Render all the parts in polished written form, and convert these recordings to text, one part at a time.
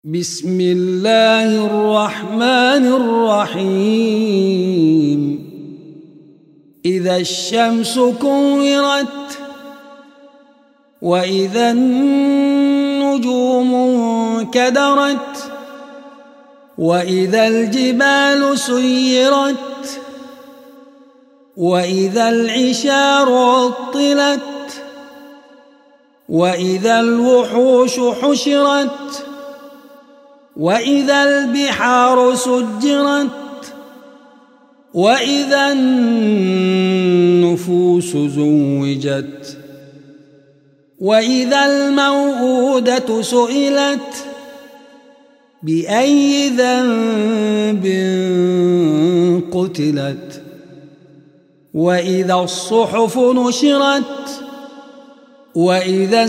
بسم الله الرحمن الرحيم إذا الشمس كورت وإذا النجوم انكدرت وإذا الجبال سيرت وإذا العشار عطلت وإذا الوحوش حشرت وإذا البحار سجرت وإذا النفوس زوجت وإذا الموءودة سئلت بأي ذنب قتلت وإذا الصحف نشرت وإذا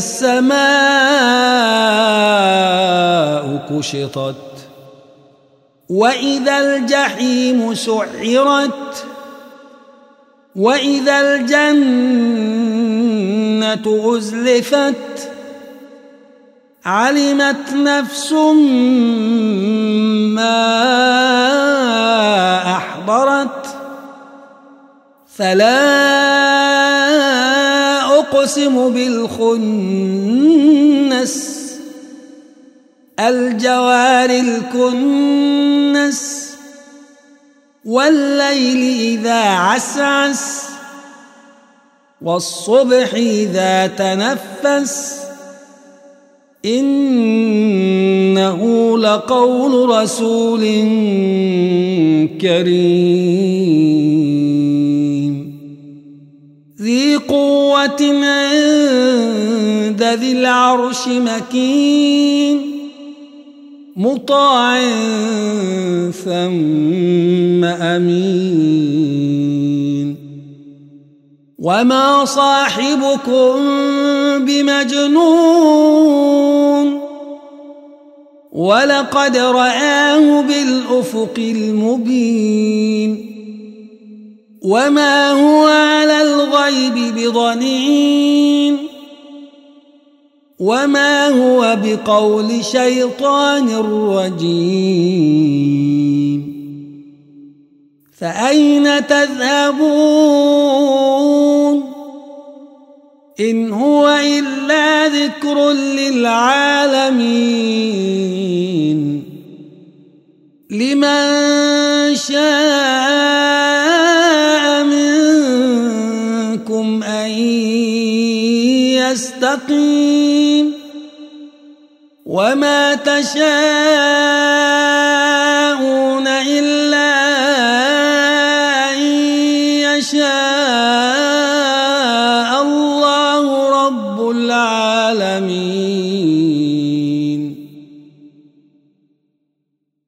السماء كشطت وإذا الجحيم سعرت وإذا الجنة أزلفت علمت نفس ما أحضرت فلا أقسم بالخنس الجوار الكنس والليل إذا عسعس والصبح إذا تنفس إنه لقول رسول كريم ذي قوة عند ذي العرش مكين مطاع ثم أمين وما صاحبكم بمجنون ولقد رآه بالأفق المبين وما هو على الغيب بضنين وما هو بقول شيطان رجيم فأين تذهبون إن هو إلا ذكر للعالمين لمن شاء منكم أن يستقيم وما تشاءون إلا أن يشاء الله رب العالمين.